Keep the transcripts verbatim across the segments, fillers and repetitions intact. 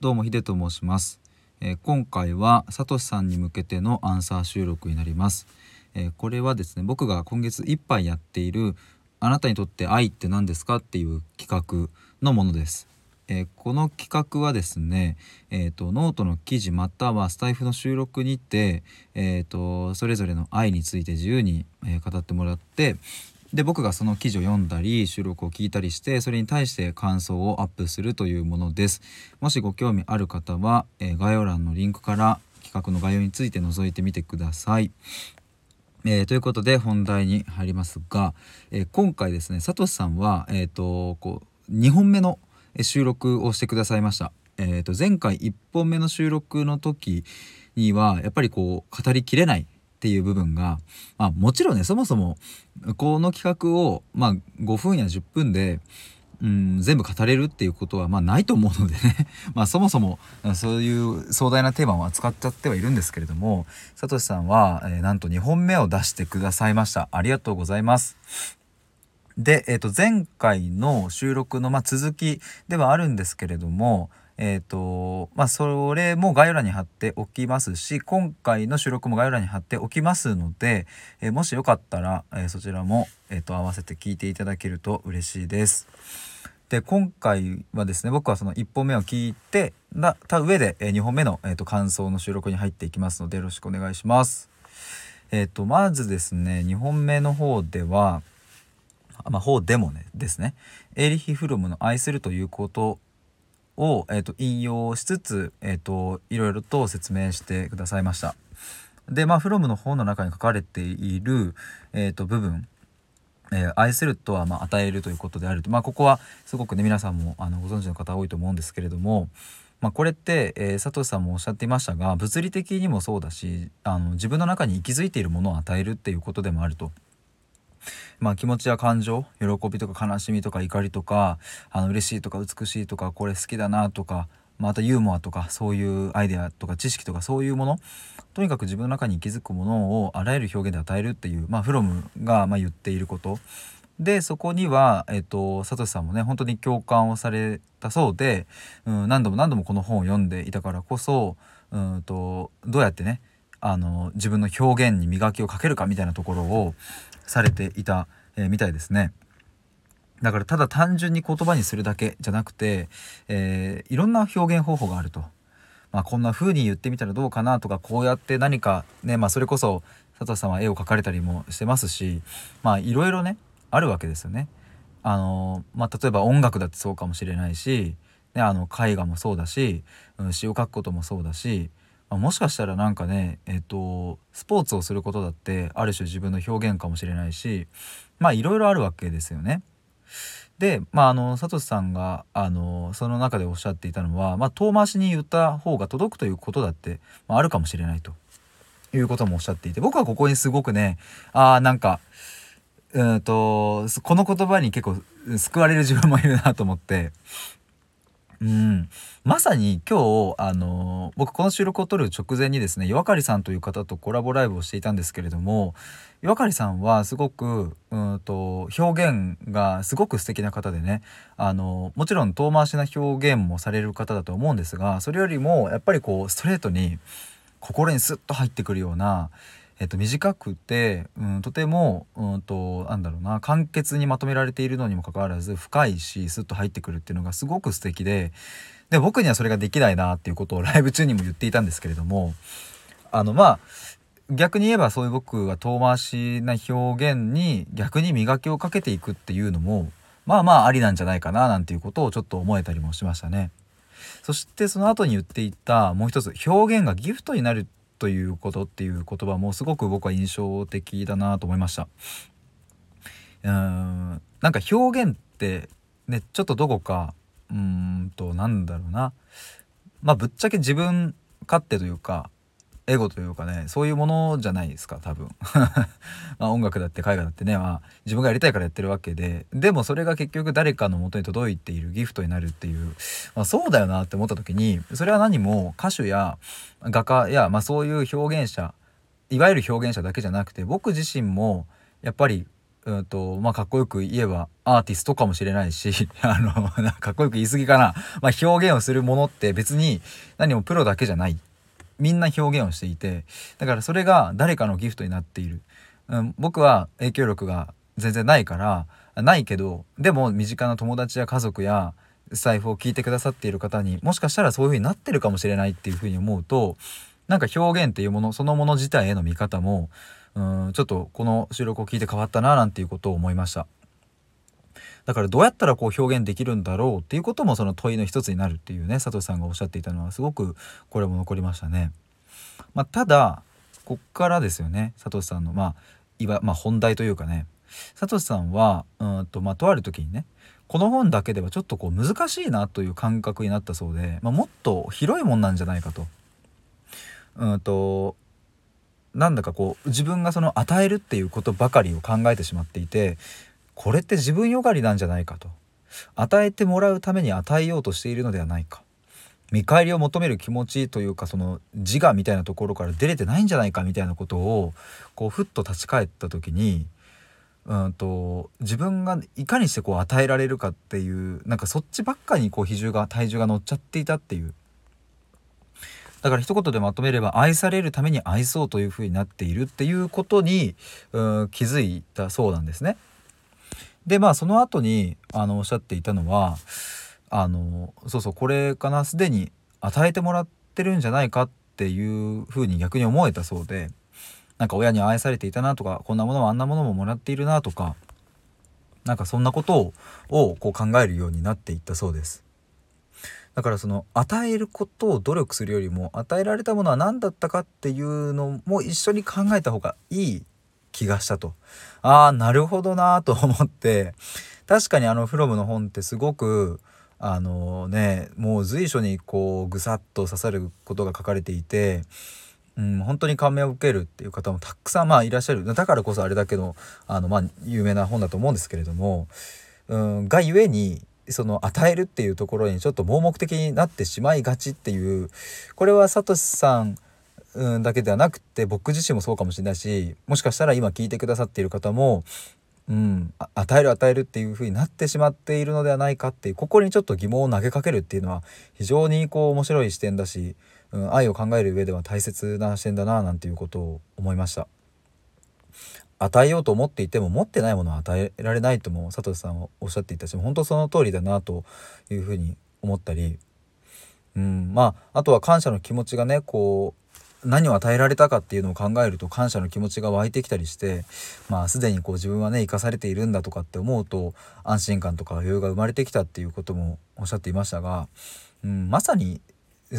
どうもヒデと申します、えー今回はサトシさんに向けてのアンサー収録になります、えーこれはですね、僕が今月いっぱいやっているあなたにとって愛って何ですかっていう企画のものです。えーこの企画はですね、えーとノートの記事またはスタイフの収録にて、えーとそれぞれの愛について自由に、えー語ってもらって、で僕がその記事を読んだり収録を聞いたりして、それに対して感想をアップするというものです。もしご興味ある方は、えー概要欄のリンクから企画の概要について覗いてみてください。えーということで本題に入りますが、えー今回ですね、サトシさんは、えーとこうにほんめのえー収録をしてくださいました。えーと前回いっぽんめの収録の時にはやっぱりこう語りきれないっていう部分が、まあ、もちろんね、そもそもこの企画を、まあ、ごふんやじゅっぷんで、うん、全部語れるっていうことはまあないと思うのでねまあそもそもそういう壮大なテーマを扱っちゃってはいるんですけれども、サトシさんは、えーなんとにほんめを出してくださいました。ありがとうございます。で、えー、と前回の収録の、まあ、続きではあるんですけれども、えーとまあ、それも概要欄に貼っておきますし、今回の収録も概要欄に貼っておきますので、えーもしよかったら、えーそちらも、えーと合わせて聞いていただけると嬉しいです。で今回はですね、僕はそのいっぽんめを聞いてだた上で、えーにほんめの、えーと感想の収録に入っていきますのでよろしくお願いします。えーとまずですね、にほんめの方ではまあ、方でもねですね、エーリヒ・フロムの愛するということを、えー、と引用しつつ、えー、といろいろと説明してくださいました。でまあフロムの本の中に書かれている、えー、と部分、えー愛するとはまあ与えるということであると、まあ、ここはすごくね皆さんもあのご存知の方多いと思うんですけれども、まあ、これって、えー佐藤さんもおっしゃっていましたが、物理的にもそうだし、あの自分の中に息づいているものを与えるっていうことでもあると。まあ、気持ちや感情、喜びとか悲しみとか怒りとか、あの嬉しいとか美しいとかこれ好きだなとか、またユーモアとかそういうアイデアとか知識とかそういうもの、とにかく自分の中に息づくものをあらゆる表現で与えるっていう、まあ、フロムがまあ言っていることで、そこには、えっと、サトシさんもね本当に共感をされたそうで、うん、何度も何度もこの本を読んでいたからこそ、うんとどうやってね、あの自分の表現に磨きをかけるかみたいなところをされていた、えーみたいですね。だからただ単純に言葉にするだけじゃなくて、えーいろんな表現方法があると。まあ、こんな風に言ってみたらどうかなとか、こうやって何かね、まあ、それこそ佐藤さんは絵を描かれたりもしてますし、まあいろいろねあるわけですよね。あのまあ例えば音楽だってそうかもしれないし、ね、あの絵画もそうだし、うん、詩を書くこともそうだし、まあ、もしかしたらなんかね、えっとスポーツをすることだってある種自分の表現かもしれないし、まあいろいろあるわけですよね。で、まあ、あのサトシさんがあのその中でおっしゃっていたのは、まあ、遠回しに言った方が届くということだって、まあ、あるかもしれないということもおっしゃっていて、僕はここにすごくね、あーなんかうーんとこの言葉に結構救われる自分もいるなと思って、うん、まさに今日、あの僕この収録を撮る直前にですね、岩刈さんという方とコラボライブをしていたんですけれども、岩刈さんはすごくうんと表現がすごく素敵な方でね、あのもちろん遠回しな表現もされる方だと思うんですが、それよりもやっぱりこうストレートに心にスッと入ってくるような、えっと、短くて、うん、とても、うんと、なんだろうな、簡潔にまとめられているのにもかかわらず深いしスッと入ってくるっていうのがすごく素敵で、で僕にはそれができないなっていうことをライブ中にも言っていたんですけれども、あのまあ逆に言えばそういう僕は遠回しな表現に逆に磨きをかけていくっていうのもまあまあありなんじゃないかななんていうことをちょっと思えたりもしましたね。そしてその後に言っていたもう一つ、表現がギフトになるということっていう言葉もすごく僕は印象的だなと思いました。うーんなんか表現ってね、ちょっとどこかうーんとなんだろうな、まあぶっちゃけ自分勝手というかエゴというかね、そういうものじゃないですか多分まあ音楽だって絵画だってね、まあ、自分がやりたいからやってるわけで、でもそれが結局誰かの元に届いているギフトになるっていう、まあ、そうだよなって思った時に、それは何も歌手や画家や、まあ、そういう表現者、いわゆる表現者だけじゃなくて僕自身もやっぱりうんとまあ、かっこよく言えばアーティストかもしれないしあのなんかかっこよく言い過ぎかな、まあ、表現をするものって別に何もプロだけじゃない、みんな表現をしていて、だからそれが誰かのギフトになっている、うん、僕は影響力が全然ないからないけど、でも身近な友達や家族や財布を聞いてくださっている方にもしかしたらそういう風になってるかもしれないっていう風に思うと、なんか表現っていうものそのもの自体への見方もうんちょっとこの収録を聞いて変わったななんていうことを思いました。だからどうやったらこう表現できるんだろうっていうこともその問いの一つになるっていうね、佐藤さんがおっしゃっていたのはすごくこれも残りましたね。まあ、ただこっからですよね、佐藤さんのまあいわ、まあ、本題というかね、佐藤さんはうんと、まあ、とある時にね、この本だけではちょっとこう難しいなという感覚になったそうで、まあ、もっと広いもんなんじゃないかと。うんとなんだかこう自分がその与えるっていうことばかりを考えてしまっていて、これって自分よがりなんじゃないかと、与えてもらうために与えようとしているのではないか、見返りを求める気持ちというかその自我みたいなところから出れてないんじゃないかみたいなことをこうふっと立ち返った時に、うんと自分がいかにしてこう与えられるかっていう、なんかそっちばっかにこう比重が体重が乗っちゃっていたっていう。だから一言でまとめれば、愛されるために愛そうというふうになっているっていうことにうん気づいたそうなんですね。でまあその後にあのおっしゃっていたのは、あのそうそうこれかな、すでに与えてもらってるんじゃないかっていうふうに逆に思えたそうで、なんか親に愛されていたなとか、こんなものもあんなものももらっているなとか、なんかそんなことををこう考えるようになっていったそうです。だからその与えることを努力するよりも、与えられたものは何だったかっていうのも一緒に考えた方がいい気がしたと。ああなるほどなと思って、確かにあのフロムの本ってすごくあのね、もう随所にこうぐさっと刺さることが書かれていて、うん、本当に感銘を受けるっていう方もたくさんまあいらっしゃる。だからこそあれだけのあのまあ有名な本だと思うんですけれども、うんがゆえにその与えるっていうところにちょっと盲目的になってしまいがちっていう、これはサトシさん、うん、だけではなくて僕自身もそうかもしれないし、もしかしたら今聞いてくださっている方も、うん、あ与える与えるっていう風になってしまっているのではないかっていう、ここにちょっと疑問を投げかけるっていうのは非常にこう面白い視点だし、うん、愛を考える上では大切な視点だななんていうことを思いました。与えようと思っていても持ってないものは与えられないとも佐藤さんはおっしゃっていたし、本当その通りだなというふうに思ったり、うん、まああとは感謝の気持ちがね、こう何を与えられたかっていうのを考えると感謝の気持ちが湧いてきたりして、まあすでにこう自分はね生かされているんだとかって思うと安心感とか余裕が生まれてきたっていうこともおっしゃっていましたが、うん、まさに、うん、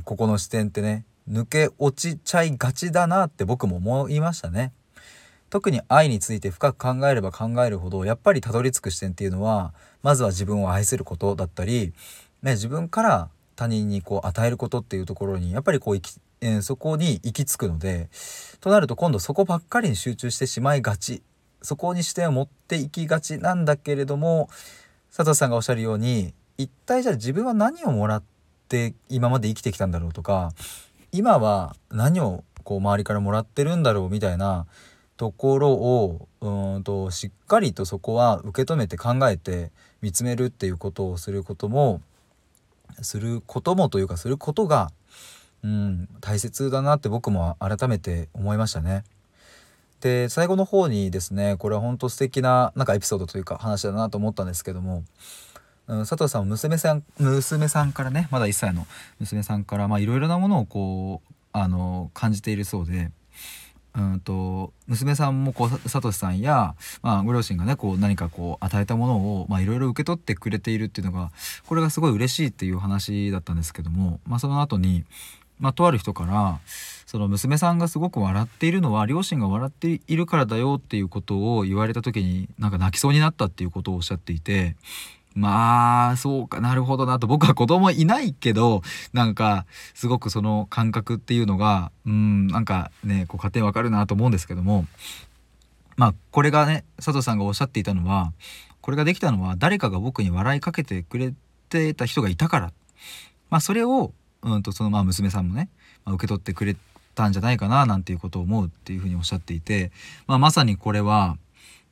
ここの視点ってね抜け落ちちゃいがちだなって僕も思いましたね。特に愛について深く考えれば考えるほどやっぱりたどり着く視点っていうのは、まずは自分を愛することだったり、ね、自分から他人にこう与えることっていうところにやっぱりこう行き、えーそこに行き着くので、となると今度そこばっかりに集中してしまいがち、そこに視点を持っていきがちなんだけれども、佐藤さんがおっしゃるように、一体じゃあ自分は何をもらって今まで生きてきたんだろうとか、今は何をこう周りからもらってるんだろうみたいなところをうーんとしっかりとそこは受け止めて考えて見つめるっていうことをすることもすることもというかすることがうん大切だなって僕も改めて思いましたね。で最後の方にですね、これは本当素敵ななんかエピソードというか話だなと思ったんですけども、うん、佐藤さんは娘さん娘さんからね、まだいっさいの娘さんからまあいろいろなものをこうあの感じているそうで、うんと娘さんもこうさとしさんや、まあ、ご両親がねこう何かこう与えたものをまあいろいろ受け取ってくれているっていうのが、これがすごい嬉しいっていう話だったんですけども、まあ、その後に、まあ、とある人からその娘さんがすごく笑っているのは両親が笑っているからだよっていうことを言われた時になんか泣きそうになったっていうことをおっしゃっていて、まあそうかなるほどなと。僕は子供いないけどなんかすごくその感覚っていうのがうんなんかねこう勝手にわかるなと思うんですけども、まあこれがね佐藤さんがおっしゃっていたのは、これができたのは誰かが僕に笑いかけてくれてた人がいたから、まあそれをうんとそのまあ娘さんもね、まあ、受け取ってくれたんじゃないかななんていうことを思うっていうふうにおっしゃっていて、まあ、まさにこれは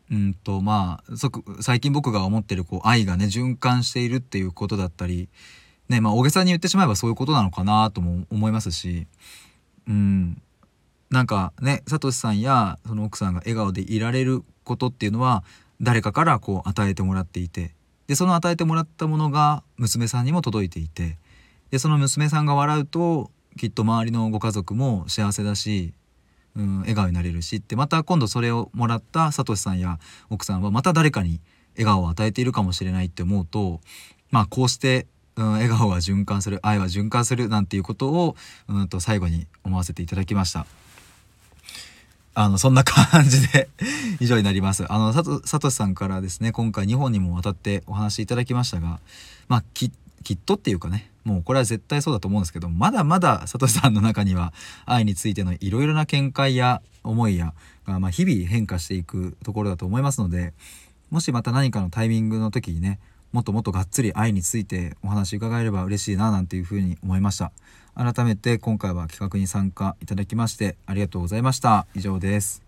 うんとまあそ最近僕が思ってるこう愛がね循環しているっていうことだったりね、まあ大げさに言ってしまえばそういうことなのかなとも思いますし、うんなんかね、サトシさんやその奥さんが笑顔でいられることっていうのは誰かからこう与えてもらっていて、でその与えてもらったものが娘さんにも届いていて、でその娘さんが笑うときっと周りのご家族も幸せだし、うん、笑顔になれるしって、また今度それをもらったサトシさんや奥さんはまた誰かに笑顔を与えているかもしれないって思うと、まあこうして、うん、笑顔は循環する、愛は循環するなんていうことを、うんと最後に思わせていただきました。あのそんな感じで以上になります。あのさとさとしさんからですね、今回にほんにもわたってお話しいただきましたが、まあききっとっていうかね、もうこれは絶対そうだと思うんですけど、まだまださとしさんの中には愛についてのいろいろな見解や思いやが、まあ、日々変化していくところだと思いますので、もしまた何かのタイミングの時にね、もっともっとがっつり愛についてお話伺えれば嬉しいななんていうふうに思いました。改めて今回は企画に参加いただきましてありがとうございました。以上です。